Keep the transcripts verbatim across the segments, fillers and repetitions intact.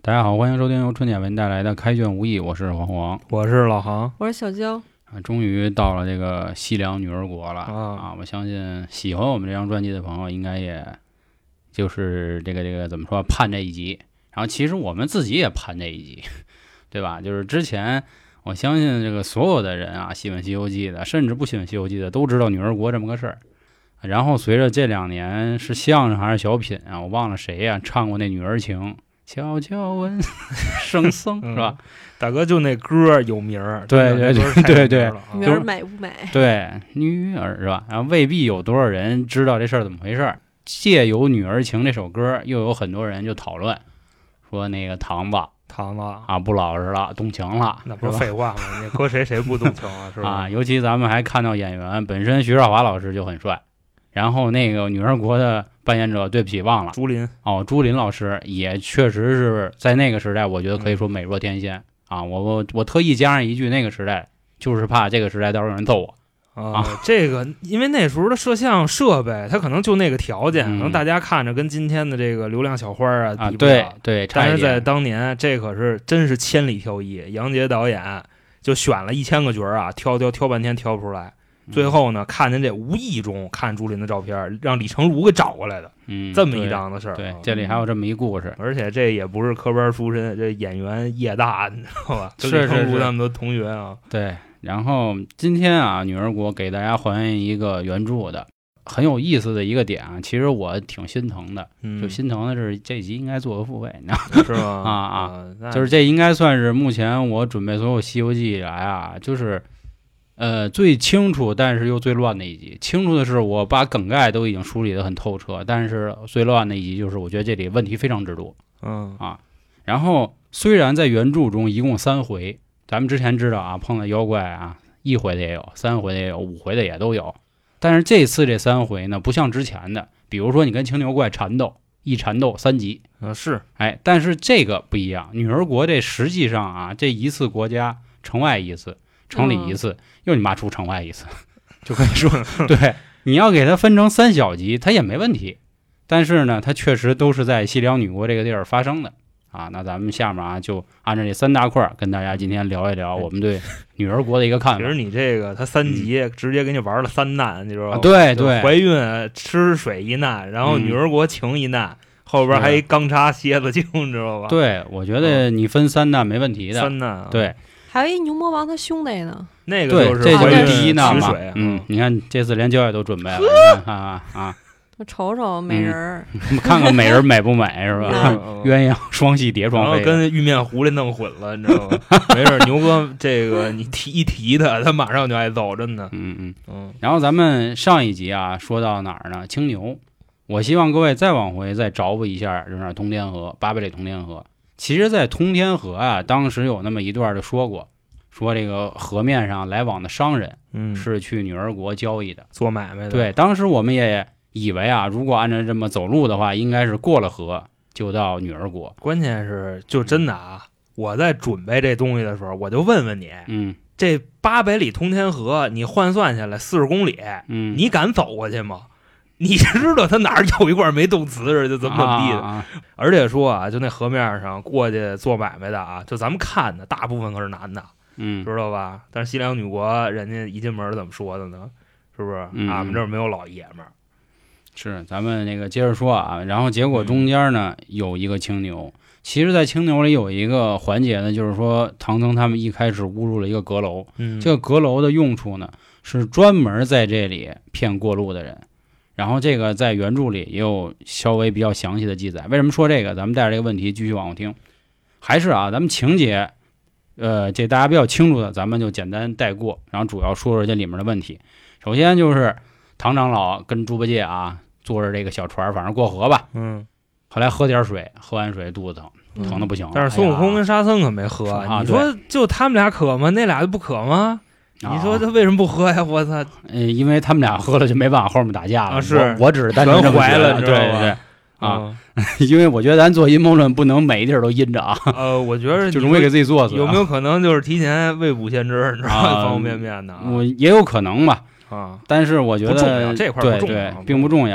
大家好，欢迎收听由春点为您带来的开卷无益，我是黄黄， 我是老航， 我是小娇。 啊，终于到了这个西凉女儿国了 啊, 啊！我相信喜欢我们这张专辑的朋友，应该也就是这个这个怎么说盼这一集。然后其实我们自己也盼这一集，对吧？就是之前我相信这个所有的人啊，喜欢《西游记》的，甚至不喜欢《西游记》的，都知道女儿国这么个事儿。然后随着这两年是相声还是小品啊，我忘了谁呀、啊、唱过那女儿情。悄悄问圣僧是吧、 嗯？大哥就那歌有名儿， 对对对对对， 女儿美不美？ 对，女儿是吧？然后未必有多少人知道这事儿怎么回事。借由《女儿情》这首歌，又有很多人就讨论说那个唐子唐子啊不老实了，动情了， 那不是废话吗？你搁谁谁不动情啊？是吧？ 啊，尤其咱们还看到演员本身徐少华老师就很帅，然后那个女儿国的扮演者，对不起忘了， 朱琳哦，朱琳老师也确实是在那个时代，我觉得可以说美若天仙、嗯、啊！我我我特意加上一句，那个时代就是怕这个时代到时候有人揍我啊！啊这个因为那时候的摄像设备，它可能就那个条件， 嗯、 可能大家看着跟今天的这个流量小花啊啊， 比不了对对， 但是在当年，这可是真是千里挑一，杨洁导演就选了一千个角儿啊，挑挑挑半天挑不出来。最后呢，看见这无意中看朱琳的照片，让李成儒给找过来的， 嗯， 这么一档子事儿。 对，这里还有这么一故事， 而且这也不是科班出身，这演员业大，你知道吧？ 是是是， 李成儒他们的同学啊。 对，然后今天啊，女儿国给大家还原一个原著的很有意思的一个点啊，其实我挺心疼的， 嗯、 就心疼的是这集应该做个付费，你知道是吗？ 啊啊，就是这应该算是目前我准备所有《西游记》以来啊，就是。呃，最清楚但是又最乱的一集。清楚的是我把梗概都已经梳理得很透彻，但是最乱的一集就是我觉得这里问题非常之多。 嗯啊，然后虽然在原著中一共三回，咱们之前知道啊，碰到妖怪啊，一回的也有，三回的也有，五回的也都有。但是这次这三回呢，不像之前的，比如说你跟青牛怪缠斗，一缠斗三集。 啊是， 哎，但是这个不一样，女儿国这实际上啊，这一次国家城外一次。城里一次，又你妈出城外一次，就可以说，对，你要给它分成三小集，它也没问题。但是呢，它确实都是在西凉女国这个地儿发生的啊。那咱们下面啊，就按照这三大块跟大家今天聊一聊我们对女儿国的一个看法。 其实你这个它三集、嗯、直接给你玩了三难，你知道吧、 啊？对对， 怀孕吃水一难，然后女儿国情一难。嗯后边还一钢叉蝎子精，你知道吧？ 对，我觉得你分三难没问题的。 三难、啊， 对。 还有一牛魔王他兄弟呢， 那个就是这就是第一难嘛。 水嗯，你看这次连教也都准备了，你看啊啊！ 我瞅瞅美人儿， 嗯、看看美人美不美是吧？ 嗯、 鸳鸯双栖蝶双飞， 然后跟玉面狐狸弄混了，你知道吗？没事，牛哥这个你提一提他，他马上就挨揍，真的。 嗯嗯嗯。 然后咱们上一集啊说到哪儿呢？青牛。我希望各位再往回再找补一下，就是通天河，八百里通天河。其实，在通天河啊，当时有那么一段就说过，说这个河面上来往的商人， 嗯， 是去女儿国交易的， 做买卖的。 对，当时我们也以为啊，如果按照这么走路的话，应该是过了河就到女儿国。 关键是，就真的啊，我在准备这东西的时候，我就问问你， 嗯， 这八百里通天河，你换算下来四十公里， 嗯， 你敢走过去吗？你知道他哪儿有一块没动瓷似的，就怎么怎么地的、 啊、 而且说啊，就那河面上过去做买卖的啊，就咱们看的大部分可是男的， 嗯， 知道吧？但是西凉女国人家一进门怎么说的呢？是不是？ 嗯、 俺们这儿没有老爷们儿。 是，咱们那个接着说啊，然后结果中间呢、嗯、有一个青牛，其实在青牛里有一个环节呢，就是说唐僧他们一开始误入了一个阁楼， 嗯， 这个阁楼的用处呢是专门在这里骗过路的人。然后这个在原著里也有稍微比较详细的记载。为什么说这个？咱们带着这个问题继续往后听。还是啊，咱们情节，呃，这大家比较清楚的，咱们就简单带过，然后主要说说这里面的问题。首先就是唐长老跟猪八戒啊坐着这个小船，反正过河吧。 嗯。 后来喝点水，喝完水肚子疼，疼的不行了。 但是孙悟空跟沙僧可没喝， 哎啊、 你说就他们俩渴吗？那俩就不渴吗？你说他为什么不喝呀？我操！ 呃，因为他们俩喝了就没往后面打架了。 啊、是我，我只是单纯这么觉得， 对对对啊， 嗯、 因为我觉得咱做阴谋论不能每一地儿都阴着啊。 呃，我觉得就容易给自己作死、啊。 有没有可能就是提前未卜先知，你知道吗？方方面面的、啊， 我也有可能吧。 啊， 但是我觉得这块不重要， 对对，并不重要。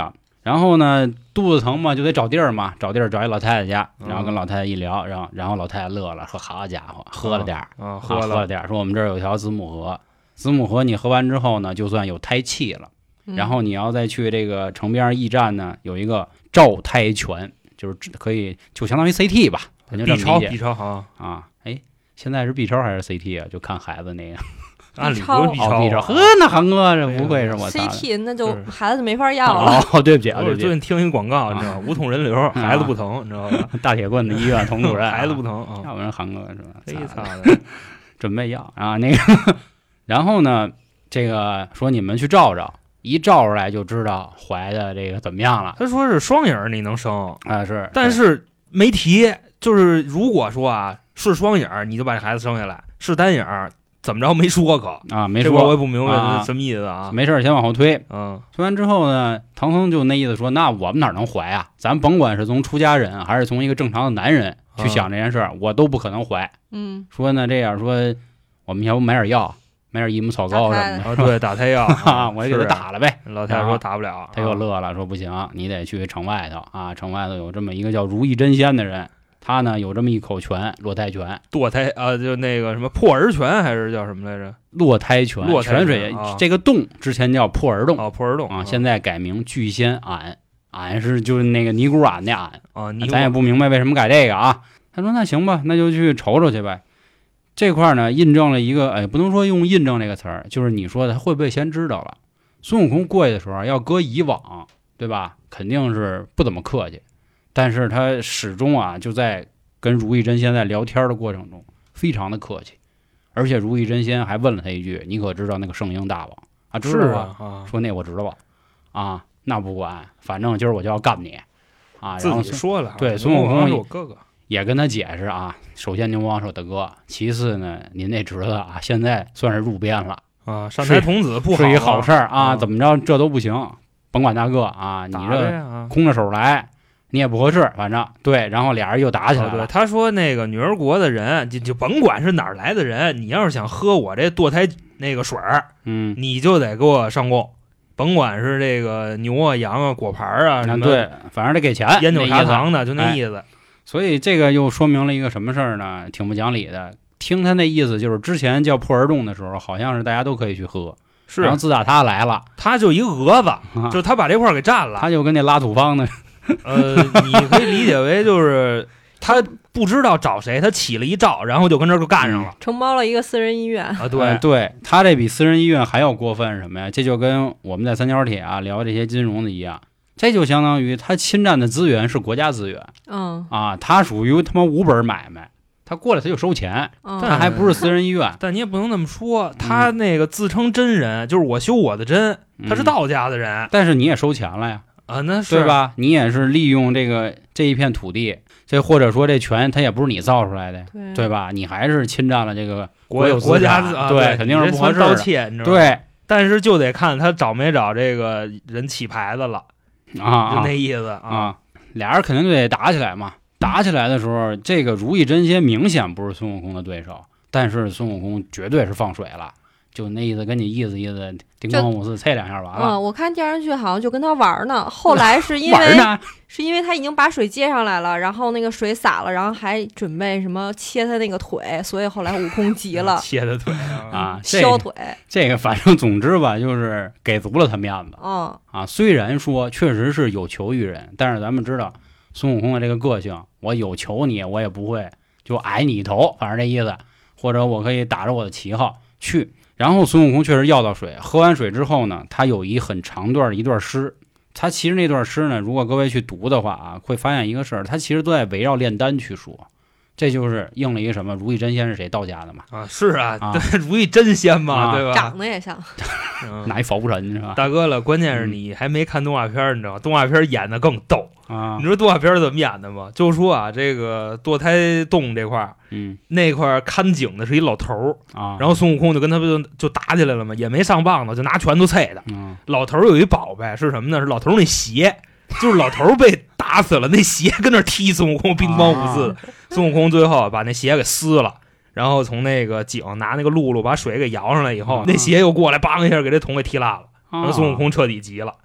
然后呢，肚子疼嘛，就得找地儿嘛，找地儿找一老太太家，然后跟老太太一聊，然后然后老太太乐了，说好家伙，喝了点儿、 啊， 喝了喝了点儿，说我们这儿有条子母河，子母河你喝完之后呢，就算有胎气了，然后你要再去这个城边驿站呢，有一个照胎泉，就是可以就相当于 C T 吧，咱就这么理解。 B 超 B 超好啊，哎，现在是 B 超还是 C T 啊？就看孩子那个。 按理说 B 超 ，B 超，呵，那韩哥这不愧是我 C T， 那就孩子没法要了。哦，对不起， 我最近听一广告，你知道吗？无痛人流，孩子不疼，你知道吧？ 大铁棍子医院佟主任， 孩子不疼啊， 要不然韩哥是吧？ 非擦的， 准备要啊那个，然后呢，这个说你们去照照，一照出来就知道怀的这个怎么样了。 他说是双影你能生啊，是， 但是没提，就是如果说啊是双影，你就把这孩子生下来；是单影。怎么着没说可啊？没说， 我也不明白啊、 什么意思啊。 没事，先往后推。 嗯， 推完之后呢，唐僧就那意思说，那我们哪能怀啊？咱甭管是从出家人还是从一个正常的男人去想这件事儿、啊，我都不可能怀。 嗯， 说呢这样说，我们要不买点药，买点益母草膏什么的。 啊，对，打胎药啊，我就给他打了呗。 老太太说打不了， 他又乐了，说不行，你得去城外头啊，城外头有这么一个叫如意真仙的人。他呢有这么一口泉，落胎泉， 堕胎啊，就那个什么破儿泉还是叫什么来着？ 落胎泉， 落泉水、 啊、 这个洞之前叫破儿洞啊，破儿洞啊，现在改名聚仙庵，庵是就是那个尼姑庵那庵啊， 咱也不明白为什么改这个啊。他说那行吧，那就去瞅瞅去呗。这块呢印证了一个，哎，不能说用印证这个词儿，就是你说的他会不会先知道了？孙悟空过去的时候，要搁以往，对吧？肯定是不怎么客气。但是他始终啊就在跟如意真仙在聊天的过程中非常的客气，而且如意真仙还问了他一句：“你可知道那个圣婴大王啊？”知道啊，啊说那我知道吧，啊，那不管，反正今儿我就要干你啊！ 自己说了， 对，孙悟空是我哥哥， 也跟他解释啊。首先牛魔王是我大哥，其次呢，您那侄子啊，现在算是入编了啊，善财童子不好， 是一好事儿啊， 啊怎么着这都不行，甭管大哥啊，你这空着手来。你也不合适，反正对，然后俩人又打起来了。 哦、对，他说那个女儿国的人，就就甭管是哪儿来的人，你要是想喝我这堕胎那个水儿， 嗯， 你就得给我上供，甭管是这个牛啊、羊啊、果盘啊什么， 对，反正得给钱， 烟酒茶糖的，就那意思、哎。 所以这个又说明了一个什么事儿呢？挺不讲理的。听他那意思，就是之前叫破儿洞的时候，好像是大家都可以去喝， 是。 然后自打他来了， 他就一个蛾子，啊、就是他把这块给占了， 他就跟那拉土方的。 呃，你可以理解为就是他不知道找谁，他起了一照，然后就跟这儿就干上了， 承包了一个私人医院啊。对、 嗯、对，他这比私人医院还要过分什么呀？这就跟我们在三角铁啊聊这些金融的一样，这就相当于他侵占的资源是国家资源， 嗯啊，他属于他妈无本买卖，他过来他就收钱， 嗯、 但还不是私人医院。 但你也不能那么说，他那个自称真人，嗯、就是我修我的真，他是道家的人， 嗯、但是你也收钱了呀。 啊，那是对吧？你也是利用这个这一片土地，这或者说这权，它也不是你造出来的， 对, 对吧？你还是侵占了这个国有国家啊， 对， 肯定是不合适的。 盗窃，你知道吗？ 对， 但是就得看他找没找这个人起牌子了啊， 就那意思啊。 啊俩人肯定就得打起来嘛。打起来的时候，这个如意真仙明显不是孙悟空的对手，但是孙悟空绝对是放水了。就那意思，跟你意思意思，叮咣五四啐两下完了。 嗯，我看电视剧好像就跟他玩呢，后来是因为是因为他已经把水接上来了，然后那个水洒了，然后还准备什么切他那个腿，所以后来悟空急了， 切他腿啊， 削腿。 这个反正总之吧，就是给足了他面子。 嗯啊，虽然说确实是有求于人，但是咱们知道孙悟空的这个个性，我有求你，我也不会就矮你一头，反正这意思，或者我可以打着我的旗号去。然后孙悟空确实要到水，喝完水之后呢，他有一很长段的一段诗。他其实那段诗呢，如果各位去读的话啊，会发现一个事儿，他其实都在围绕炼丹去说。这就是应了一个什么？如意真仙是谁？道家的嘛？ 啊，是啊， 啊对，如意真仙嘛， 啊、 对吧？ 长得也像， 嗯、 哪一佛神是吧？ 大哥了，关键是你还没看动画片，你知道吗？动画片演的更逗啊！ 你知道动画片怎么演的吗？就说啊，这个堕胎洞这块儿， 嗯， 那块儿看景的是一老头儿啊， 然后孙悟空就跟他不就就打起来了嘛，也没上棒子，就拿拳头啐的。 嗯、 老头儿有一宝贝是什么呢？是老头儿那鞋。就是老头儿被打死了，那鞋跟那踢孙悟空，乒乓五四。啊、孙悟空最后把那鞋给撕了，然后从那个井拿那个辘轳把水给摇上来以后，啊、那鞋又过来，梆一下给这桶给踢烂了。然后孙悟空彻底急了，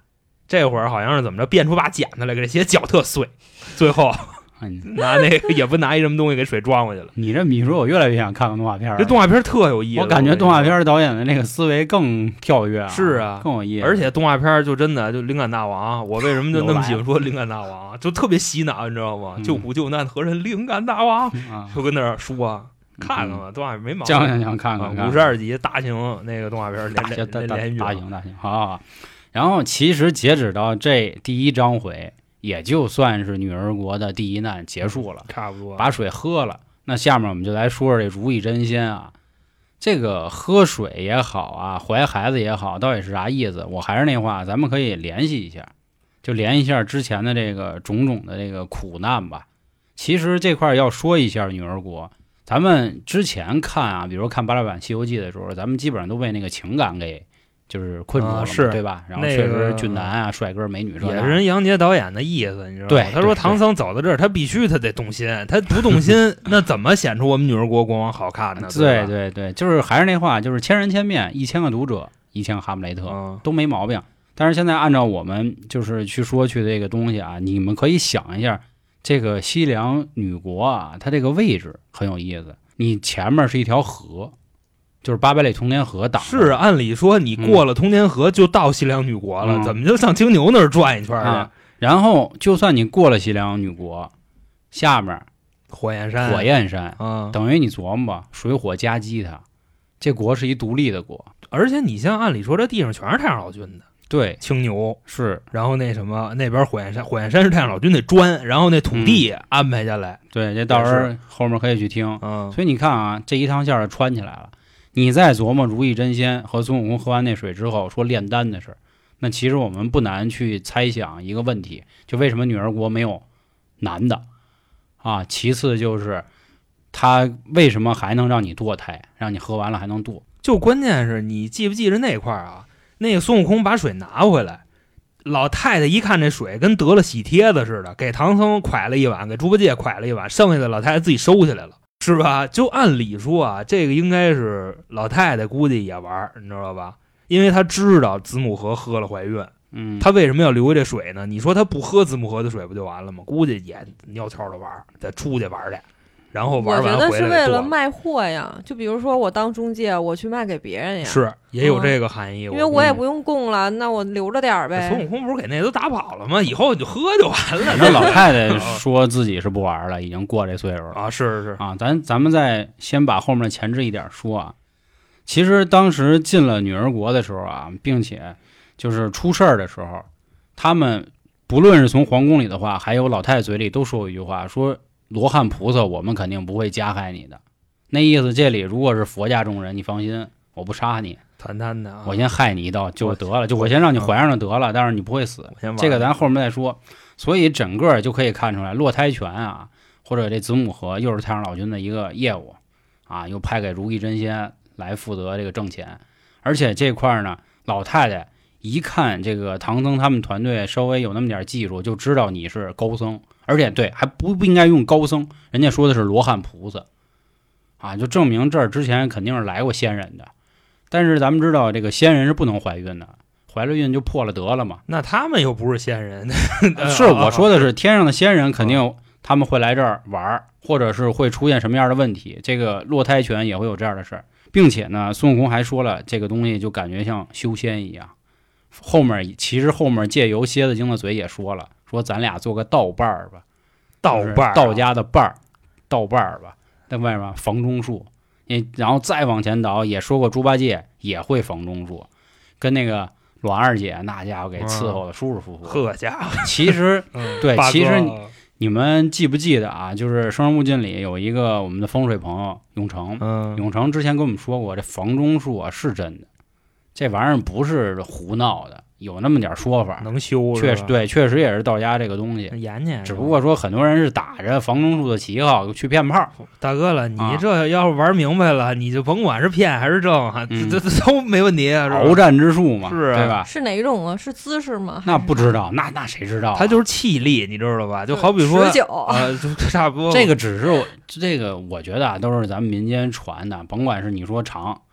这会儿好像是怎么着变出把剪子来给这鞋绞特碎，最后拿那个也不拿一什么东西给水装回去了。 你这米说，我越来越想看看动画片了。 这动画片特有意思， 我感觉动画片导演的那个思维更跳跃啊， 是啊， 更有意思。 而且动画片就真的就灵感大王，我为什么就那么喜欢说灵感大王，就特别洗脑，你知道吗？ 嗯、 救苦救难何人灵感大王， 嗯、 就跟那儿说。看看吧，动画没毛病。 讲讲讲看看， 五十二集大型那个动画片连连连连续大型大型，好好好。然后其实截止到这第一章回，也就算是女儿国的第一难结束了， 差不多把水喝了。那下面我们就来说说这如意真仙啊，这个喝水也好啊，怀孩子也好，到底是啥意思？我还是那话，咱们可以联系一下，就联系一下之前的这个种种的这个苦难吧。其实这块要说一下女儿国。咱们之前看啊，比如看八六版《西游记》的时候，咱们基本上都被那个情感给就是困住了、啊， 是对吧？然后确实俊男啊、帅哥美女， 也是人杨洁导演的意思，你知道吗？ 对， 他说唐僧走到这儿，他必须他得动心，他不动心，那怎么显出我们女儿国国王好看呢？ 对对对，就是还是那话，就是千人千面，一千个读者，一千个哈姆雷特、嗯、都没毛病。但是现在按照我们就是去说去这个东西啊，你们可以想一下。这个西凉女国啊，它这个位置很有意思。你前面是一条河，就是八百里通天河挡。 是，按理说你过了通天河就到西凉女国了， 嗯、 怎么就上青牛那儿转一圈去、 啊？然后就算你过了西凉女国，下面火焰山， 火焰山， 嗯， 等于你琢磨吧，水火夹击它，这国是一独立的国。 而且你像按理说这地上全是太上老君的。 对， 青牛是， 然后那什么那边火焰山，火焰山是太上老君的砖，然后那土地安排下来， 嗯、对，这到时候后面可以去听。 嗯， 所以你看啊，这一趟线儿穿起来了。你再琢磨如意真仙和孙悟空喝完那水之后说炼丹的事，那其实我们不难去猜想一个问题，就为什么女儿国没有男的啊？其次就是他为什么还能让你堕胎，让你喝完了还能堕？ 就关键是你记不记着那块儿啊？那个孙悟空把水拿回来，老太太一看这水跟得了喜帖子似的，给唐僧蒯了一碗，给猪八戒蒯了一碗，剩下的老太太自己收起来了，是吧？就按理说啊，这个应该是老太太估计也玩，你知道吧？因为她知道子母河喝了怀孕， 嗯， 她为什么要留下这水呢？你说她不喝子母河的水不就完了吗？估计也尿悄的玩，再出去玩去。然后玩完回来， 我觉得是为了卖货呀，就比如说我当中介，我去卖给别人呀， 是也有这个含义。 嗯、因为我也不用供了，嗯、那我留着点呗。 孙悟空不是给那都打跑了吗？以后你就喝就完了。 那老太太说自己是不玩了，已经过这岁数了啊，是是啊。咱咱们再先把后面的前置一点说啊。其实当时进了女儿国的时候啊，并且就是出事儿的时候，他们不论是从皇宫里的话，还有老太太嘴里都说过一句话，说。罗汉菩萨，我们肯定不会加害你的。那意思，这里如果是佛家众人，你放心，我不杀你， 谈谈的、啊， 我先害你一刀就得了，就我先让你怀上就得了，但是你不会死。这个咱后面再说。所以整个就可以看出来，落胎权啊，或者这子母河又是太上老君的一个业务啊，又派给如意真仙来负责这个挣钱。而且这块呢，老太太一看这个唐僧他们团队稍微有那么点技术，就知道你是高僧。而且对，还不不应该用高僧，人家说的是罗汉菩萨，啊，就证明这儿之前肯定是来过仙人的。但是咱们知道，这个仙人是不能怀孕的，怀了孕就破了得了嘛。 那他们又不是仙人， 是我说的是天上的仙人，肯定他们会来这儿玩，或者是会出现什么样的问题，这个落胎权也会有这样的事儿，并且呢，孙悟空还说了，这个东西就感觉像修仙一样。后面其实后面借由蝎子精的嘴也说了。说咱俩做个道伴儿吧， 道伴儿、啊， 道家的伴儿，道伴儿吧。那为什么房中术？你然后再往前倒，也说过猪八戒也会房中术，跟那个阮二姐那家伙给伺候的舒舒服服。 呵家伙， 其实、 嗯、 对，其实你们记不记得啊？就是《生人勿近》里有一个我们的风水朋友永成， 嗯， 永成之前跟我们说过，这房中术啊是真的，这玩意儿不是胡闹的。有那么点说法， 能修， 确实对，确实也是道家这个东西严谨。 只不过说很多人是打着房中术的旗号去骗炮。 大哥了，你这要是玩明白了，啊、你就甭管是骗还是挣， 嗯、 这这都没问题啊， 鏖战之术嘛， 是、啊、 对吧？ 是哪种啊？是姿势吗？ 那不知道，那那谁知道、啊？ 它就是气力，你知道吧？就好比说，呃，就差不多。 这个只是这个，我觉得啊，都是咱们民间传的，甭管是你说长。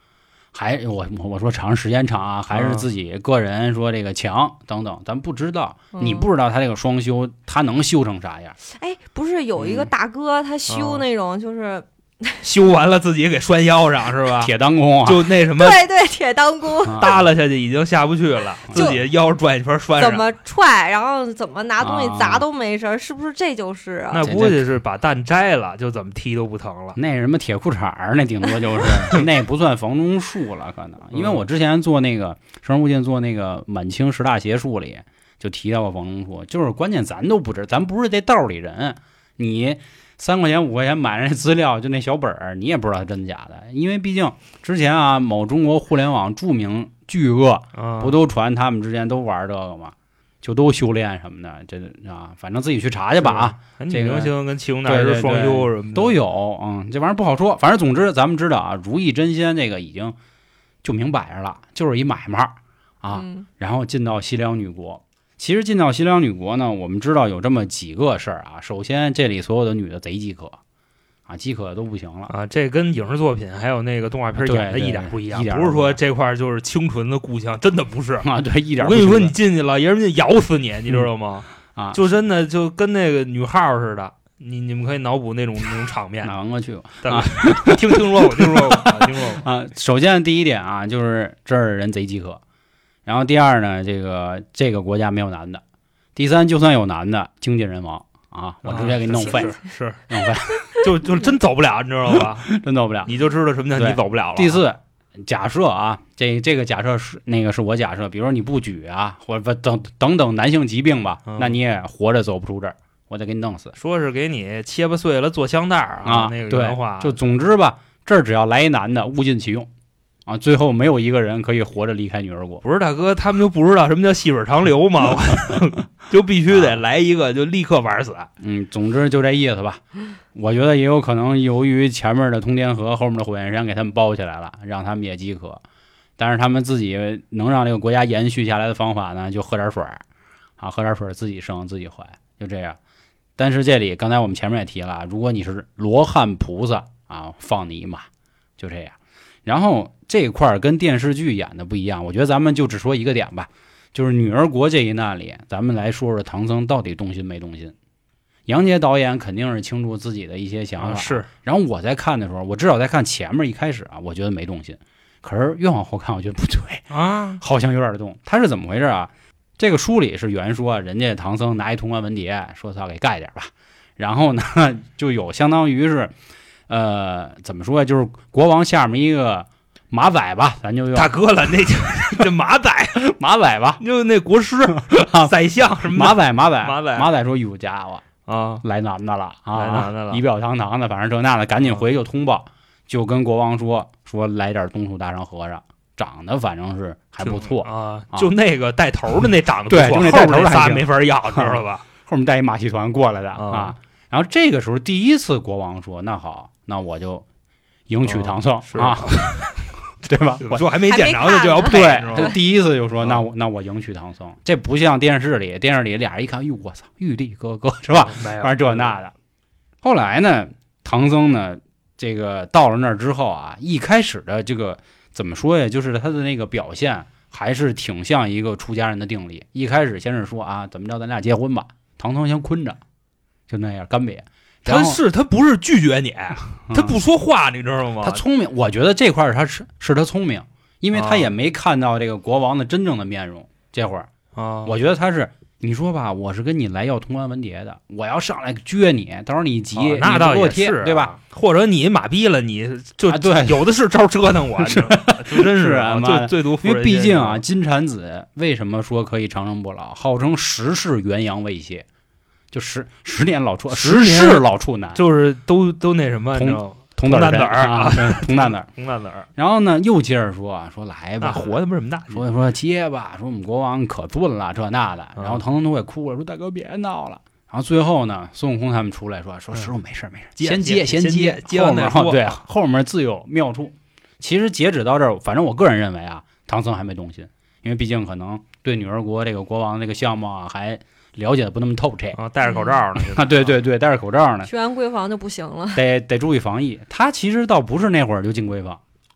还我我说长时间长啊，还是自己个人说这个强等等，咱不知道， 嗯、 你不知道他这个双修他能修成啥样。 哎，不是有一个大哥、嗯、他修那种就是。嗯修完了自己给拴腰上是吧？ 铁裆功啊， 就那什么， 对对，铁裆功， 耷拉下去已经下不去了，自己腰转一圈拴上。 怎么踹，然后怎么拿东西砸都没事，啊、是不是这就是啊？ 那估计是把蛋摘了，就怎么踢都不疼了。 那什么铁裤衩那顶多就是那不算房中术了，可能。因为我之前做那个生人勿近做那个满清十大邪术里就提到过房中术，就是关键咱都不知，咱不是这道里人，你。三块钱五块钱买那资料，就那小本儿，你也不知道它真假的，因为毕竟之前啊，某中国互联网著名巨鳄、嗯、不都传他们之间都玩这个吗？就都修炼什么的，这啊，反正自己去查去吧啊。 这个明星跟气功大师双修什么的都有，嗯，这玩意儿不好说。反正总之咱们知道啊，如意真仙这个已经就明摆着了，就是一买卖啊、嗯。然后进到西凉女国。其实进到西凉女国呢，我们知道有这么几个事儿啊。首先，这里所有的女的贼饥渴啊，饥渴都不行了啊。这跟影视作品还有那个动画片演的一点不一样， 一点不是说这块就是清纯的故乡，真的不是啊。对，一点不。我跟你说，你进去了，爷们就咬死你，你知道吗？ 嗯、啊， 就真的就跟那个女号似的，你你们可以脑补那种那种场面。 哪过去啊？听听说过，听说过，听说过啊。首先第一点啊，就是这儿人贼饥渴，然后第二呢，这个这个国家没有男的。第三，就算有男的，精尽人亡啊！我直接给你弄废， 啊、是, 是, 是弄废， 就就真走不了，你知道吧？ 真走不了， 你就知道什么叫你走不了了。 第四，假设啊，这这个假设是那个是我假设，比如说你不举啊，或者等等等男性疾病吧，嗯、那你也活着走不出这儿，我得给你弄死。 说是给你切吧碎了做香袋啊， 啊那个原话。 就总之吧，这儿只要来一男的，物尽其用。啊，最后没有一个人可以活着离开女儿国。 不是大哥，他们就不知道什么叫细水长流吗？就必须得来一个，就立刻玩死。 嗯，总之就这意思吧。我觉得也有可能由于前面的通天河，后面的火焰山给他们包起来了，让他们也饥渴。但是他们自己能让这个国家延续下来的方法呢，就喝点水啊，喝点水自己生自己怀，就这样。但是这里刚才我们前面也提了，如果你是罗汉菩萨啊，放你一马，就这样。然后这块跟电视剧演的不一样，我觉得咱们就只说一个点吧，就是女儿国这一难里，咱们来说说唐僧到底动心没动心。杨洁导演肯定是清楚自己的一些想法、啊、 是。 然后我在看的时候，我至少在看前面一开始啊，我觉得没动心，可是越往后看，我觉得不对啊， 好像有点动。他是怎么回事啊？这个书里是原说，人家唐僧拿一通关文牒，说他给盖点吧，然后呢，就有相当于是。呃，怎么说呀？就是国王下面一个马仔吧，咱就用大哥了，那就这马仔马仔吧， 就那国师宰相什么马仔马仔马仔马仔说：“哟家伙啊， 来男的了啊， 来男的了， 仪表堂堂的，反正这那的，赶紧回去就通报，就跟国王说说来点东土大唐和尚，长得反正是还不错啊，就那个带头的那长得不错，对，就那带头的仨没法要，知道吧？ 后面带一马戏团过来的啊。”然后这个时候，第一次国王说：“那好，那我就迎娶唐僧、 哦、 啊，对吧？ 我说还没见着呢就要配， 对，这第一次就说：那我那我迎娶唐僧。这不像电视里，电视里俩人一看，哟，我操，玉帝哥哥是吧？反正这那的。后来呢，唐僧呢，这个到了那儿之后啊，一开始的这个怎么说呀？就是他的那个表现还是挺像一个出家人的定力。一开始先是说啊，怎么着，咱俩结婚吧。唐僧先坤着。”就那样干瘪， 他是他不是拒绝你，他不说话，你知道吗？ 他聪明，我觉得这块他是是他聪明，因为他也没看到这个国王的真正的面容。这会儿啊， 我觉得他是你说吧，我是跟你来要通关文牒的，我要上来撅你，到时候你急， 哦、那倒也是、啊、对吧？ 或者你马逼了，你就、 啊、对， 有的是招折腾我， 是就真是啊， 最最毒妇人。 因为毕竟啊，金蝉子为什么说可以长生不老，号称十世元阳未泄。就十十年老处，十世老处男， 就是都都那什么， 同同蛋子儿啊，同蛋子儿， 同蛋子儿。 然后呢，又接着说说来吧， 活的不是这么大， 说说接吧，说我们国王可钝了，这那的。然后唐僧都给哭了，说大哥别闹了。然后最后呢，孙悟空他们出来说说师傅没事没事，先接先接， 接完再说。 对，后面自有妙处。其实截止到这儿，反正我个人认为啊，唐僧还没动心，因为毕竟可能对女儿国这个国王这个项目啊还。了解的不那么透彻啊，戴着口罩呢啊，对对对，戴着口罩呢， 去完闺房就不行了， 得得注意防疫。他其实倒不是那会儿就进闺房，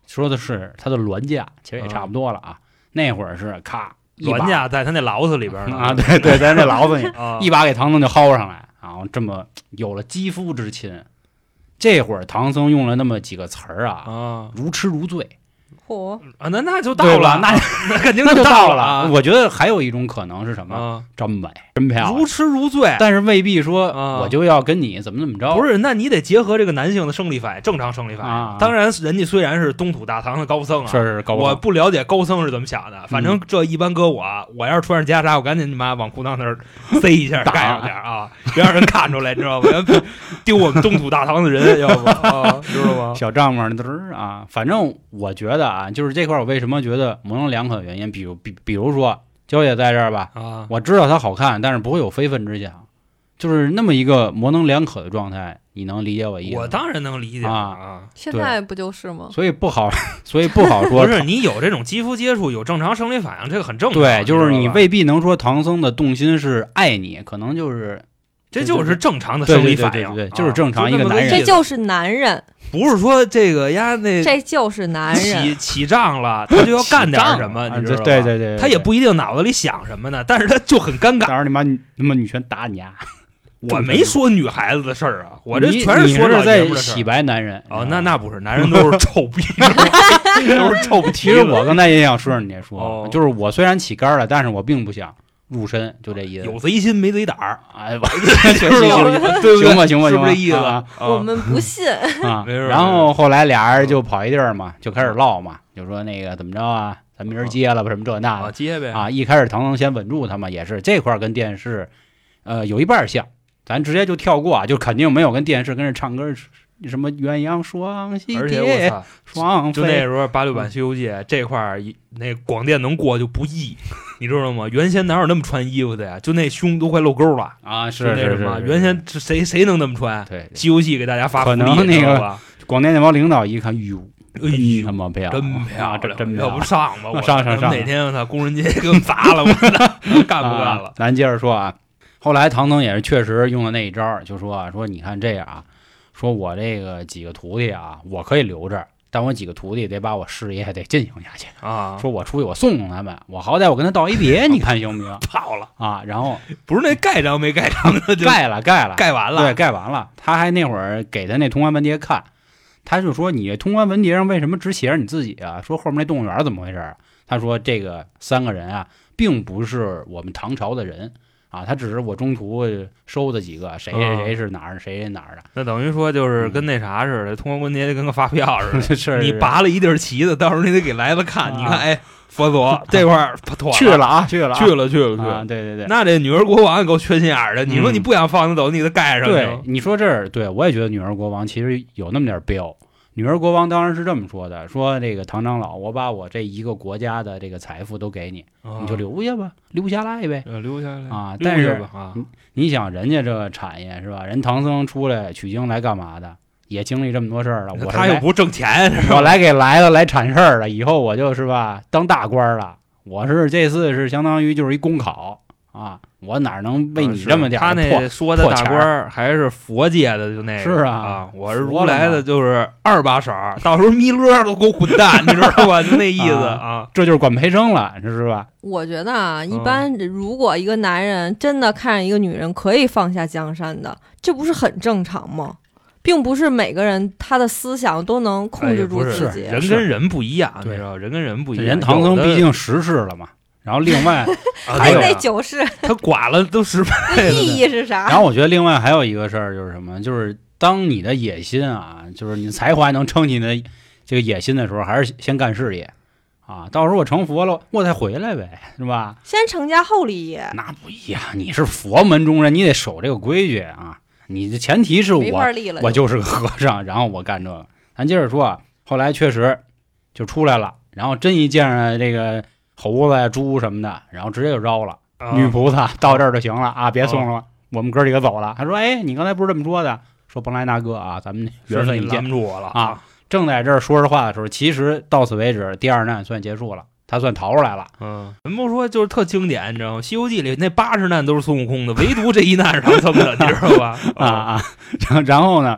说的是他的銮驾，其实也差不多了啊。那会儿是咔， 銮驾在他那牢子里边啊，对对，在那牢子里， 啊、 一把给唐僧就薅上来，然后这么有了肌肤之亲。这会儿唐僧用了那么几个词儿啊， 啊， 如痴如醉。 嚯啊，那那就到了， 那那肯定就到了。 啊、 我觉得还有一种可能是什么？ 啊、 真美，真漂亮， 如痴如醉。 但是未必说、 啊、 我就要跟你怎么怎么着。 不是，那你得结合这个男性的生理反应，正常生理反应。 啊、 当然，人家虽然是东土大唐的高僧啊， 是是高僧， 我不了解高僧是怎么想的。反正这一般搁我，我要是穿上袈裟，我赶紧你妈往裤裆那儿塞一下，盖上点啊，别让人看出来，知道吧？丢我们东土大唐的人，要不啊，知道吗？ 小丈母嘚啊，反正我觉得啊，就是这块我为什么觉得模棱两可的原因，比如比比如说娇姐在这儿吧， 啊， 我知道她好看，但是不会有非分之想，就是那么一个模棱两可的状态，你能理解我意思吗？ 我当然能理解啊啊， 现在不就是吗？ 所以不好，所以不好说。 不是你有这种肌肤接触，有正常生理反应，这个很正常。 对，就是你未未必能说唐僧的动心是爱你，可能就是这就是正常的生理反应， 对对对对对就是正常一个男人， 这就是男人。 不是说这个呀，那这就是男人起起仗了，他就要干点什么，你知道吧？ 对对对， 他也不一定脑子里想什么呢，但是他就很尴尬。 当然你妈他妈女权打你啊！ 我没说女孩子的事儿啊，我这全是说是在洗白男人。 哦，那那不是，男人都是臭逼，都是臭不提。 其实我刚才也想说你这说， 哦、 就是我虽然起杆了，但是我并不想入身，就这意思。 有贼心没贼胆儿， 哎，行行行， 对不对？ 行吧行吧， 是不是这意思？ 啊、 我们不信啊。然后后来俩人就跑一地儿嘛，就开始唠嘛，就说那个怎么着啊，咱明儿接了吧，什么这那的， 接呗啊。一开始唐僧先稳住他嘛，也是这块跟电视，呃，有一半像，咱直接就跳过啊，就肯定没有跟电视跟着唱歌。什么鸳鸯双栖而且我操， 双就那时候八六版《西游记》这块儿，那广电能过就不易，你知道吗？原先哪有那么穿衣服的呀？就那胸都快露沟了啊！是那什么？原先谁谁能那么穿？ 对， 《西游记》给大家发福利， 可能那个广电那帮领导一看，哟， 哎呦， 他妈漂亮， 真漂亮， 真真要不上吧？我上上上， 哪天我操，工人节给我们砸了，我干不干了？ 咱接着说啊，后来唐僧也是确实用了那一招，就说啊，说你看这样啊。说我这个几个徒弟啊，我可以留着，但我几个徒弟得把我事业得进行下去啊。 说我出去我送送他们，我好歹我跟他道一别，你看行不行？ 跑了啊，然后不是那盖章没盖章的， 盖了盖了盖完了， 对，盖完了。他还那会儿给他那通关文牒看，他就说你通关文牒上为什么只写着你自己啊？说后面那动物园怎么回事？他说这个三个人啊，并不是我们唐朝的人。啊，他只是我中途收的几个，谁谁谁是哪儿，谁谁哪儿的。 那等于说就是跟那啥似的，通关文牒跟个发票似的。 是你拔了一地旗子，到时候你得给来子看。你看，哎，佛祖这块儿去了啊，去了， 去了，去了，去了。 对对对。 那这女儿国王也够缺心眼儿的。你说你不想放他走，你给他盖上。 对，你说这儿，对我也觉得女儿国王其实有那么点彪。女儿国王当然是这么说的，说这个唐长老，我把我这一个国家的这个财富都给你， 啊、 你就留下吧，留下来呗， 呃，留下来啊。但是啊， 你想人家这个产业是吧？人唐僧出来取经来干嘛的？也经历这么多事儿了，我他又不挣钱， 我来给来了来铲事儿了，以后我就是吧当大官了。我是这次是相当于就是一公考啊。我哪能为你这么点、 啊、他那说的大官还是佛界的，就那个是啊啊，我是如来的，就是二把手，到时候弥勒都给我滚蛋，你知道吧？就那意思啊, 啊，这就是管培生了，是吧？ 我觉得啊，一般如果一个男人真的看上一个女人可以放下江山的，这不是很正常吗？并不是每个人他的思想都能控制住自己， 哎、人跟人不一样，你知道，人跟人不一样。 人唐僧毕竟十世了嘛。然后另外还有那九世， 他剐了都十倍， 意义是啥？ 然后我觉得另外还有一个事儿就是什么，就是当你的野心啊，就是你的才华能撑起你的这个野心的时候，还是先干事业啊。到时候我成佛了，我再回来呗，是吧？ 先成家后立业， 那不一样。你是佛门中人，你得守这个规矩啊。你的前提是我我就是个和尚，然后我干这个。咱接着说啊，后来确实就出来了，然后真一见着这个。猴子呀、猪什么的，然后直接就招了。 啊、 女菩萨到这儿就行了啊，别送了，啊、我们哥几个走了。他说：“哎，你刚才不是这么说的？说甭来那哥啊，咱们缘分已尽。” 拦住我了啊！正在这儿说实话的时候，其实到此为止，第二难算结束了，他算逃出来了。 嗯，人不说就是特经典，你知道吗？《西游记》里那八十难都是孙悟空的，唯独这一难是唐僧的，你知道吧？ 啊啊！然后然后呢，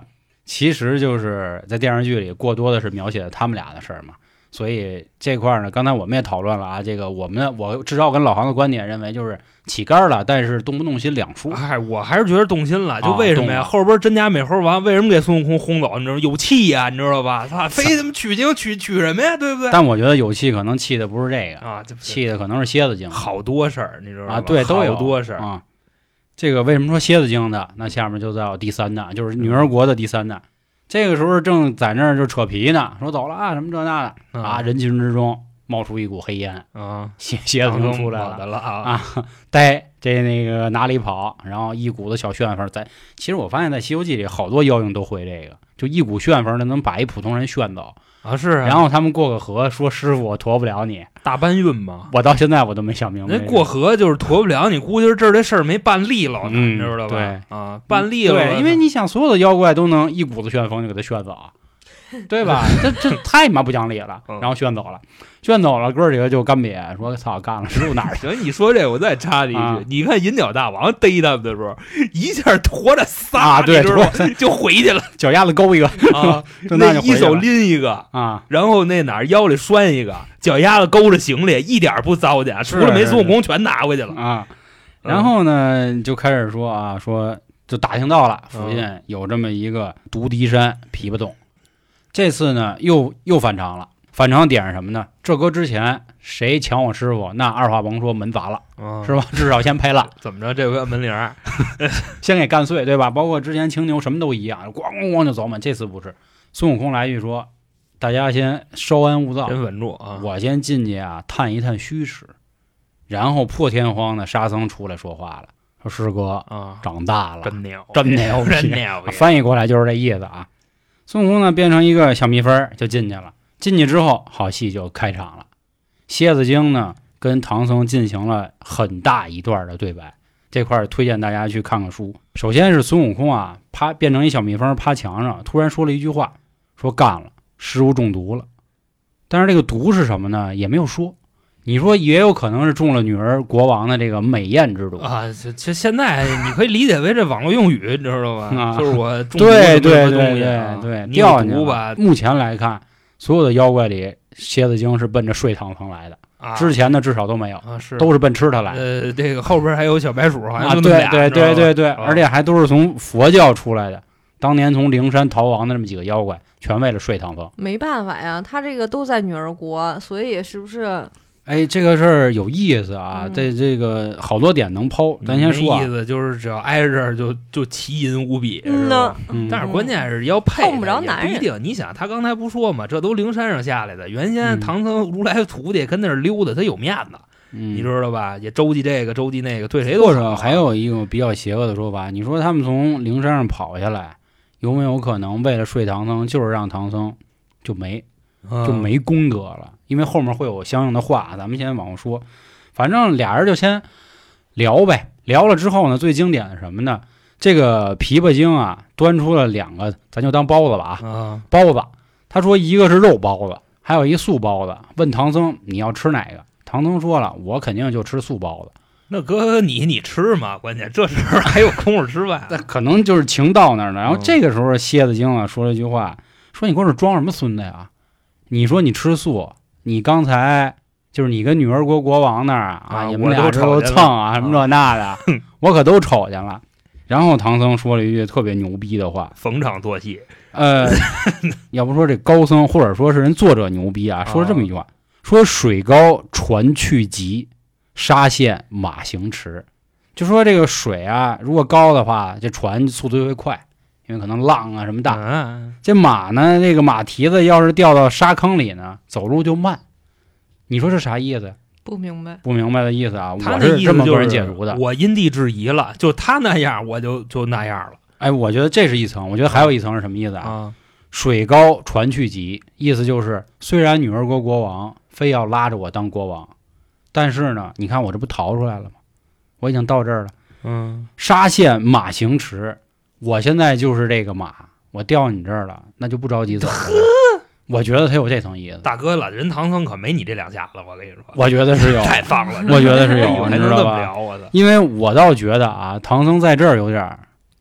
其实就是在电视剧里过多的是描写他们俩的事儿嘛。所以这块呢，刚才我们也讨论了啊，这个我们我至少跟老航的观点认为就是起杆了，但是动不动心两说。 哎，我还是觉得动心了，就为什么呀？啊、后边真假美猴王为什么给孙悟空轰走？你知道有气呀、啊，你知道吧？他非他妈取经取取什么呀？对不对？ 但我觉得有气可能气的不是这个啊， 气的可能是蝎子精。 好多事儿，你知道吧？ 啊，对，都有好多事儿啊。这个为什么说蝎子精的？那下面就到第三弹，就是女儿国的第三弹。这个时候正在那儿就扯皮呢，说走了啊，什么这那的、嗯、啊，人群之中冒出一股黑烟啊， 蝎蝎子精出来了了啊啊，呆这那个哪里跑，然后一股子小旋风在。其实我发现在《西游记》里好多妖精都会这个，就一股旋风的能把一普通人旋走啊，是啊。 然后他们过个河，说师傅我驮不了你， 大搬运嘛。 我到现在我都没想明白， 那过河就是驮不了你，估计是这儿这事儿没办利落呢， 嗯、 你知道吧？ 对啊，办利落。 对，因为你想所有的妖怪都能一股子旋风就给他旋走。对吧？这这太妈不讲理了。然后旋走了，旋走了，哥几个就干瘪说：“操，干了，师傅哪儿去？” 行，你说这我再插你一句，啊、你看银角大王逮他们的时候，一下驮着仨， 啊、对， 你知道吗？就回去了， 脚丫子勾一个啊， 那一手拎一个啊， 然后那哪儿腰里拴一个，脚丫子勾着行李，一点不糟践，除了没孙悟空全拿回去了啊。然后呢，就开始说啊，说就打听到了附近有这么一个独敌山琵琶洞。这次呢，又又反常了。反常点是什么呢？这搁之前谁抢我师傅，那二话甭说门砸了， 嗯、 是吧？至少先赔了。 怎么着？这回门铃先给干碎，对吧？包括之前青牛什么都一样，咣咣咣就走满。这次不是，孙悟空来一句说：“大家先稍安勿躁， 先稳住啊！ 我先进去啊，探一探虚实。”然后破天荒的沙僧出来说话了，说：“师哥啊， 长大了， 真牛， 真牛， 真牛！” 翻译过来就是这意思啊。孙悟空呢变成一个小蜜蜂就进去了，进去之后好戏就开场了。蝎子精呢跟唐僧进行了很大一段的对白，这块推荐大家去看看书。首先是孙悟空啊，趴变成一小蜜蜂趴墙上，突然说了一句话，说干了，师傅中毒了。但是这个毒是什么呢？也没有说。你说也有可能是中了女儿国王的这个美艳之毒啊！这这现在你可以理解为这网络用语，你知道吧？ 啊、 就是我中毒对对对对对对， 掉毒吧。 目前来看，所有的妖怪里，蝎子精是奔着睡唐僧来的， 啊、 之前的至少都没有， 啊、是都是奔吃他来的。 呃，这个后边还有小白鼠，好像就那俩、 啊、对对对对对， 啊、 而且还都是从佛教出来的。当年从灵山逃亡的这么几个妖怪，全为了睡唐僧。 没办法呀，他这个都在女儿国，所以是不是？ 哎，这个事儿有意思啊，嗯、这这个好多点能抛，咱先说、啊。 意思就是只要挨着这儿就就奇淫无比， 嗯、 是吧？ 嗯、 但是关键是要配， 碰不着男人。 不一定，你想他刚才不说嘛，这都灵山上下来的，原先唐僧如来徒弟跟那儿溜达，他有面子， 嗯、 你知道吧？也周济这个周济那个，对谁都好。 或者还有一个比较邪恶的说法，你说他们从灵山上跑下来，有没有可能为了睡唐僧，就是让唐僧就没？就没功德了，因为后面会有相应的话，咱们先往后说。反正俩人就先聊呗，聊了之后呢，最经典的什么呢？这个琵琶精啊，端出了两个，咱就当包子吧啊， 包子。他说一个是肉包子，还有一素包子。问唐僧你要吃哪个？唐僧说了，我肯定就吃素包子。 那哥你你吃嘛？关键这时候还有空夫吃饭， 那可能就是情到那儿了。然后这个时候蝎子精啊说了一句话，说你给我这装什么孙子呀？你说你吃素，你刚才就是你跟女儿国国王那儿啊， 啊你们俩这都蹭啊，什么这那的，啊、我可都瞅见了。然后唐僧说了一句特别牛逼的话， 逢场作戏。 呃，要不说这高僧或者说是人作者牛逼啊，说了这么一句话，啊、说水高船去急，沙陷马行迟。就说这个水啊，如果高的话，这船速度就会快。因为可能浪啊什么大， 嗯、 这马呢，这个马蹄子要是掉到沙坑里呢，走路就慢。你说这啥意思？ 不明白， 不明白的意思啊！ 他我是这么个人解读的。 我因地制宜了，就他那样，我就就那样了。 哎，我觉得这是一层，我觉得还有一层是什么意思啊？ 啊水高船去急，意思就是虽然女儿国国王非要拉着我当国王，但是呢，你看我这不逃出来了吗？我已经到这儿了。 嗯， 沙陷马行迟。我现在就是这个马，我掉你这儿了，那就不着急走了。我觉得他有这层意思。 大哥了，人唐僧可没你这两下子，我跟你说。 我觉得是有， 太棒了， 我觉得是有， 还能这么聊，我操！ 因为我倒觉得啊，唐僧在这儿有点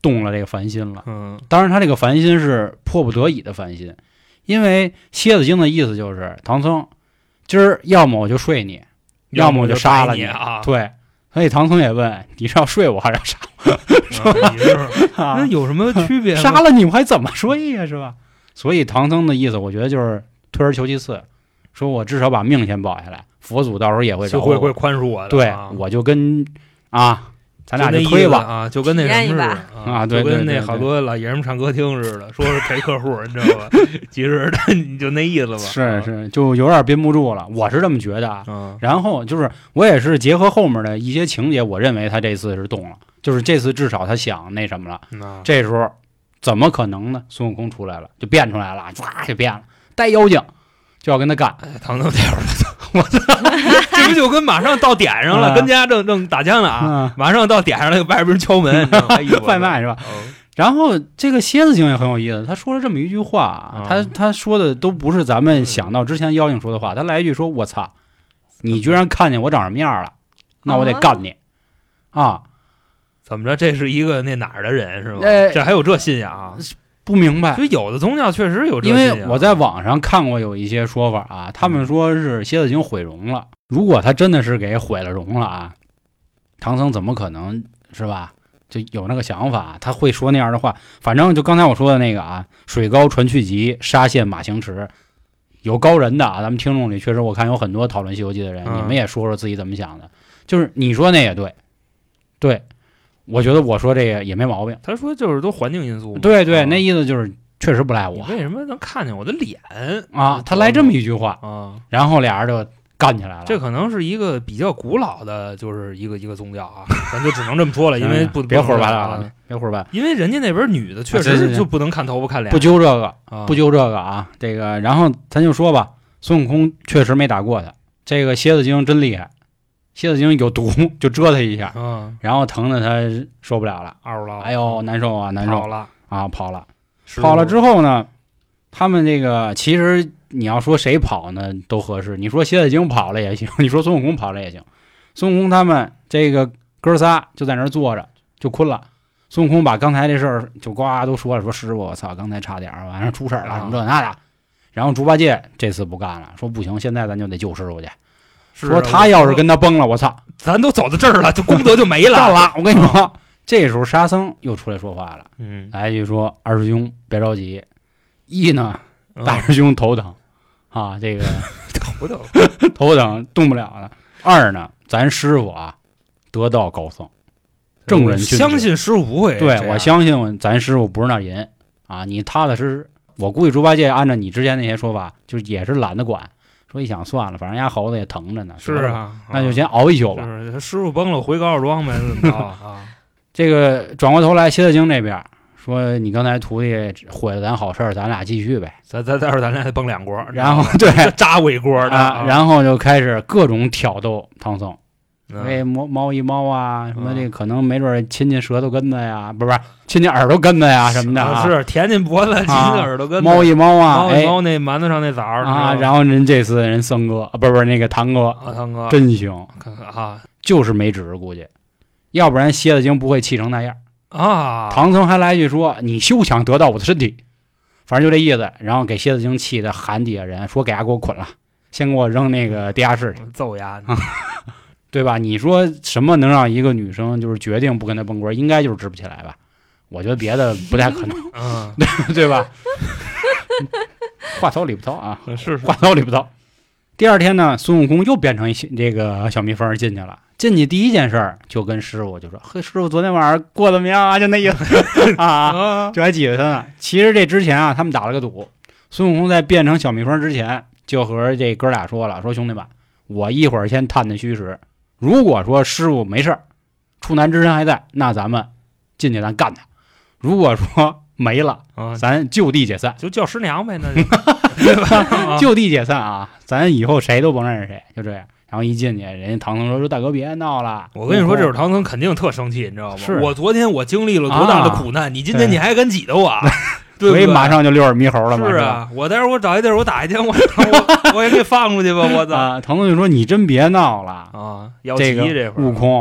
动了这个烦心了。 嗯， 当然他这个烦心是迫不得已的烦心，因为蝎子精的意思就是唐僧，今儿要么我就睡你，要么我就杀了你啊。 对，所以唐僧也问你是要睡我还是要杀我？ 啊、你是啊、那有什么区别？ 杀了你我还怎么睡呀、啊？是吧？所以唐僧的意思，我觉得就是退而求其次，说我至少把命先保下来，佛祖到时候也会就会会宽恕我的。 对， 啊、 我就跟啊。咱俩就推吧啊，就跟那什么似的啊，对， 就跟那好多老爷们唱歌厅似的，说是陪客户，你知道吧？其实你就那意思吧。 是是，就有点憋不住了，我是这么觉得啊。 嗯、 然后就是我也是结合后面的一些情节，我认为他这次是动了，就是这次至少他想那什么了。 嗯、 这时候怎么可能呢？孙悟空出来了，就变出来了，唰就变了，带妖精就要跟他干。 哎、唐僧这会儿，我操！这不就跟马上到点上了，跟家正正打枪了啊！马上到点上了，外边敲门， 外卖是吧？然后这个蝎子精也很有意思，他说了这么一句话，他他说的都不是咱们想到之前妖精说的话，他来一句说：“我操，你居然看见我长什么样了，那我得干你啊！” 怎么着？这是一个那哪儿的人是吗？ 呃、 这还有这信仰啊？ 不明白， 所以有的宗教确实有这， 因为我在网上看过有一些说法啊，他们说是蝎子精毁容了。如果他真的是给毁了容了啊，唐僧怎么可能是吧？就有那个想法，他会说那样的话。反正就刚才我说的那个啊，水高船去急，沙陷马行迟。有高人的啊，咱们听众里确实我看有很多讨论《西游记》的人， 嗯、 你们也说说自己怎么想的。就是你说那也对，对。我觉得我说这个也没毛病。 他说就是都环境因素。 对对， 啊、 那意思就是确实不赖我。 你为什么能看见我的脸啊？他来这么一句话啊， 然后俩人就干起来了。 这可能是一个比较古老的，就是一个一个宗教啊，咱就只能这么说了，因为不别胡说八道了， 别胡说八道。 因为人家那边女的确实就不能看头发看脸， 不揪这个， 啊、 不揪这个啊。这个，然后咱就说吧，孙悟空确实没打过他，这个蝎子精真厉害。蝎子精有毒，就蛰他一下， 嗯， 然后疼的他受不了了， 嗷了， 哎呦难受啊，难受， 跑了啊，跑了，跑了之后呢，他们这个其实你要说谁跑呢都合适，你说蝎子精跑了也行，你说孙悟空跑了也行。孙悟空他们这个哥仨就在那儿坐着就困了，孙悟空把刚才这事儿就呱都说了，说师傅我操，刚才差点晚上出事了，什么这那的。然后猪八戒这次不干了，说不行，现在咱就得救师傅去。说他要是跟他崩了，我操， 咱都走到这儿了，这功德就没了。 干了，我跟你说，这时候沙僧又出来说话了， 嗯， 来一句说：“二师兄别着急，一呢，大师兄头疼、嗯、啊，这个头疼， 头疼动不了了。二呢，咱师傅啊，得道高僧，正人君子， 相信师傅不会。 对，我相信咱师傅不是那人啊，你踏踏实实。我估计猪八戒按照你之前那些说法，就也是懒得管。”说一想算了，反正人家猴子也疼着呢， 是啊， 那就先熬一宿吧。 是他师傅崩了，回高老庄呗，怎么着啊？ 这个转过头来，蝎子精这边说：“你刚才徒弟毁了咱好事儿，咱俩继续呗。 咱咱待会儿咱俩得崩两锅， 然后对扎我一锅的、 啊，然后就开始各种挑逗唐僧。 嗯、 哎，猫猫一猫啊，什么这个可能没准亲亲舌头根子呀，嗯、不是不是亲亲耳朵根子呀什么的、啊， 是舔舔脖子，亲亲耳朵根子。 猫一猫啊， 猫一猫那馒头上那枣啊，然后人这次人僧哥啊，不是不是那个唐哥啊，唐哥真行， 看看啊， 就是没纸估计，要不然蝎子精不会气成那样啊。 唐僧还来一句说：“你休想得到我的身体。”反正就这意思，然后给蝎子精气的喊底下人说：“给他给我捆了，先给我扔那个地下室去， 揍丫。” 对吧？你说什么能让一个女生就是决定不跟他蹦棍？应该就是直不起来吧？我觉得别的不太可能， 嗯， 对对吧？话糙理不糙啊， 是话糙理不糙。第二天呢，孙悟空又变成一这个小蜜蜂进去了。进去第一件事儿就跟师傅就说：“嘿，师傅昨天晚上过怎么样啊？”就那意思啊，就还挤着他呢。其实这之前啊，他们打了个赌，孙悟空在变成小蜜蜂之前就和这哥俩说了：“说兄弟们，我一会儿先探探虚实。”如果说师傅没事儿，处男之身还在，那咱们进去咱干他；如果说没了， 啊， 咱就地解散， 就叫师娘呗，那就对吧？ 就地解散啊！咱以后谁都甭认识谁，就这样。然后一进去，人家唐僧说：“说大哥别闹了。” 我跟你说，这会儿唐僧肯定特生气，你知道吗？ 是我昨天我经历了多大的苦难，啊、你今天你还敢挤得我？对， 所以马上就溜耳猕猴了嘛。 是啊，我待会儿我找一地儿我打一天，我我我也给放出去吧，我操！ 啊，唐僧就说：“你真别闹了啊！要急这个悟空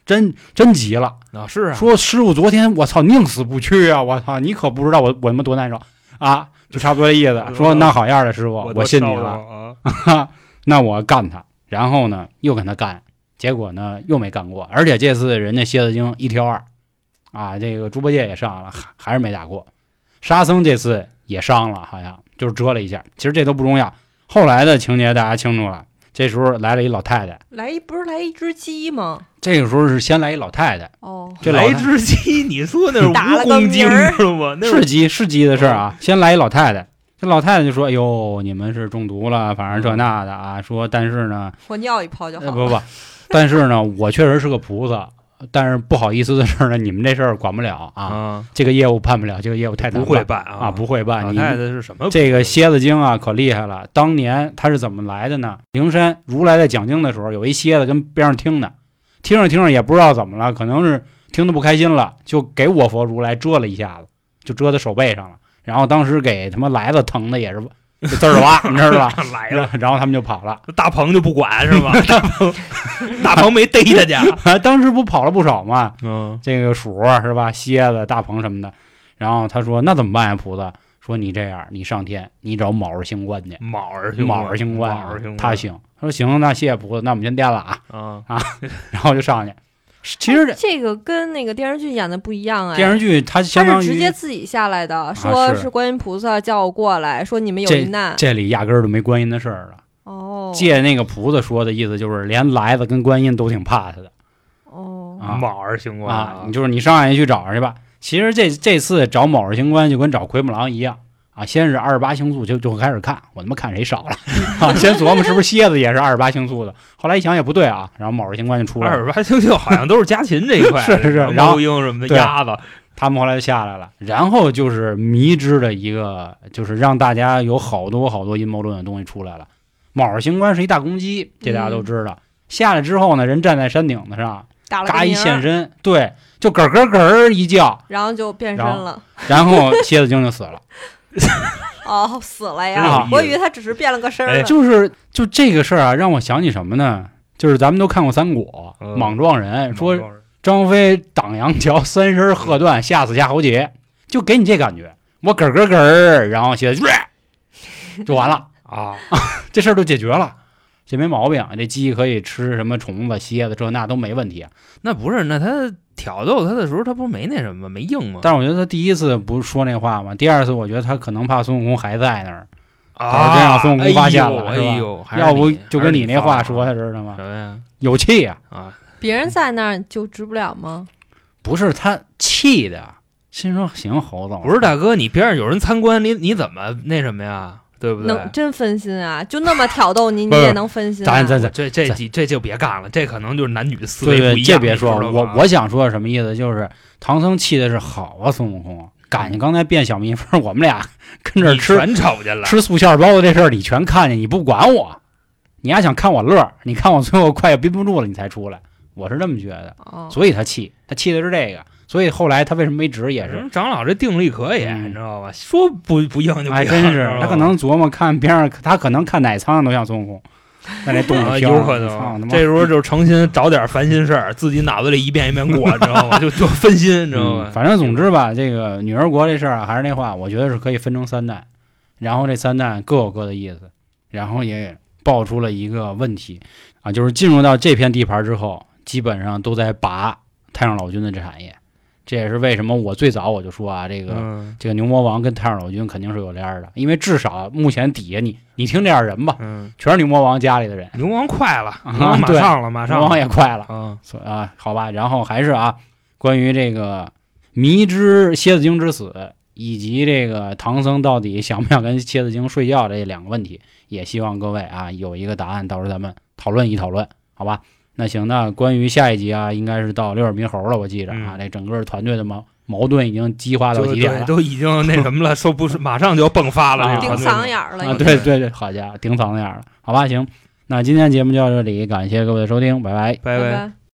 真真急了啊！是啊， 说师傅昨天我操宁死不屈啊！我操，你可不知道我我他妈多难受啊！就差不多的意思。说那好样的师傅， 我, 我信你了啊！ 那我干他，然后呢又跟他干，结果呢又没干过，而且这次人家蝎子精一挑二啊，这个猪八戒也上了，还是没打过。沙僧这次也伤了，好像就是折了一下。其实这都不重要，后来的情节大家清楚了。这时候来了一老太太， 来一不是来一只鸡吗？ 这个时候是先来一老太太。 哦， 这来一只鸡，你说那是蜈蚣精是吗？ 是鸡是鸡的事啊。先来一老太太，这老太太就说：“哎呦，你们是中毒了，反正这那的啊。”说但是呢， 我尿一泡就好了。 呃、不不，但是呢，我确实是个菩萨。但是不好意思的事呢，你们这事儿管不了啊， 啊这个业务办不了，这个业务太难不会办啊， 啊不会办。 老太太是什么？ 这个蝎子精啊，可厉害了。当年他是怎么来的呢？灵山如来在讲经的时候，有一蝎子跟边上听呢，听着听着也不知道怎么了，可能是听得不开心了，就给我佛如来遮了一下子，就遮在手背上了。然后当时给他妈来子疼的也是滋儿哇，你知道吧？ 来了， 然后他们就跑了。 大鹏就不管是吧？大鹏，大鹏没逮他家， 当时不跑了不少嘛？ 嗯， 这个鼠是吧？蝎子、大鹏什么的。然后他说：“那怎么办呀，菩萨？”说：“你这样，你上天，你找卯儿星官去。 卯儿卯儿星官， 卯儿星官， 他行。他说行，那谢谢菩萨，那我们先颠了啊啊啊！然后就上去。其实这个跟那个电视剧演的不一样哎， 电视剧它相当于他是直接自己下来的，说是观音菩萨叫我过来，说你们有一难。 这里压根儿都没观音的事儿了。 哦， 借那个菩萨说的意思就是连来子跟观音都挺怕他的。 哦， 啊， 卯儿星官啊，你就是你上去去找去吧。其实这这次找卯儿星官就跟找奎木狼一样啊，先是二十八星宿就就开始看，我他妈看谁少了啊，先琢磨是不是蝎子也是二十八星宿的，后来一想也不对啊，然后卯儿星官就出来了。 二十八星宿好像都是家禽这一块， 是是是，然后鹰什么的鸭子， 他们后来就下来了。然后就是迷之的一个，就是让大家有好多好多阴谋论的东西出来了。卯儿星官是一大公鸡，这大家都知道。嗯、下来之后呢，人站在山顶子上，嘎一现身，对，就咯咯咯一叫， 然后就变身了， 然后蝎子精就死了。 哦，死了呀！我以为他只是变了个身儿、 哎。就是就这个事儿啊，让我想起什么呢？就是咱们都看过三国， 嗯、 莽撞人说张飞挡杨桥，三身喝断，吓死夏侯杰，就给你这感觉。我咯咯咯，然后蝎子就完了啊，这事儿都解决了。这没毛病，这鸡可以吃什么虫子、蝎子，这那都没问题。 那不是，那他挑逗他的时候，他不是没那什么，没硬吗？ 但是我觉得他第一次不是说那话吗？第二次我觉得他可能怕孙悟空还在那儿啊， 真让孙悟空发现了， 哎呦， 是吧？要不就跟你那话说的知道吗？ 什么呀？ 有气呀！ 啊， 别人在那儿就治不了吗？ 不是他气的，心说行猴子， 不是大哥，你边上有人参观，你你怎么那什么呀？对不对？ 能真分心啊！就那么挑逗你，你也能分心、啊？ 咱咱咱这这这这就别干了，这可能就是男女思维不一样。 这别说，我我想说什么意思？就是唐僧气的是好啊，孙悟空，赶紧刚才变小蜜蜂，我们俩跟这吃全瞅见了， 吃素馅包子这事儿你全看见，你不管我，你还想看我乐？你看我最后快要憋不住了，你才出来，我是这么觉得。 哦、 所以他气，他气的是这个。所以后来他为什么没治也是长老这定力可以， 嗯、 你知道吧？说不不硬就不硬， 还真是他可能琢磨看边上，他可能看哪苍蝇都像孙悟空，在那洞里飘，有可能。这时候就诚心找点烦心事儿，自己脑子里一遍一遍过，知道吗？就就分心，你知道吗、 嗯？反正总之吧，这个女儿国这事儿啊，还是那话，我觉得是可以分成三弹，然后这三弹各有各的意思，然后也爆出了一个问题啊，就是进入到这片地盘之后，基本上都在拔太上老君的这产业。这也是为什么我最早我就说啊，这个、 嗯、 这个牛魔王跟太上老君肯定是有联的，因为至少目前底下你你听这样人吧， 嗯， 全是牛魔王家里的人。 牛魔王快了， 啊、 牛王马上了，马上了， 牛王也快了， 嗯啊，好吧。然后还是啊，关于这个迷之蝎子精之死，以及这个唐僧到底想不想跟蝎子精睡觉这两个问题，也希望各位啊有一个答案，到时候咱们讨论一讨论，好吧？那行，那关于下一集啊，应该是到六耳猕猴了，我记着啊，这、嗯、整个团队的矛矛盾已经激化到极点了， 都已经那什么了，说不是马上就要迸发了， 啊、顶嗓眼了、 啊！对对对，好家伙，顶嗓子眼了，好吧，行，那今天节目就到这里，感谢各位的收听，拜拜， 拜拜拜。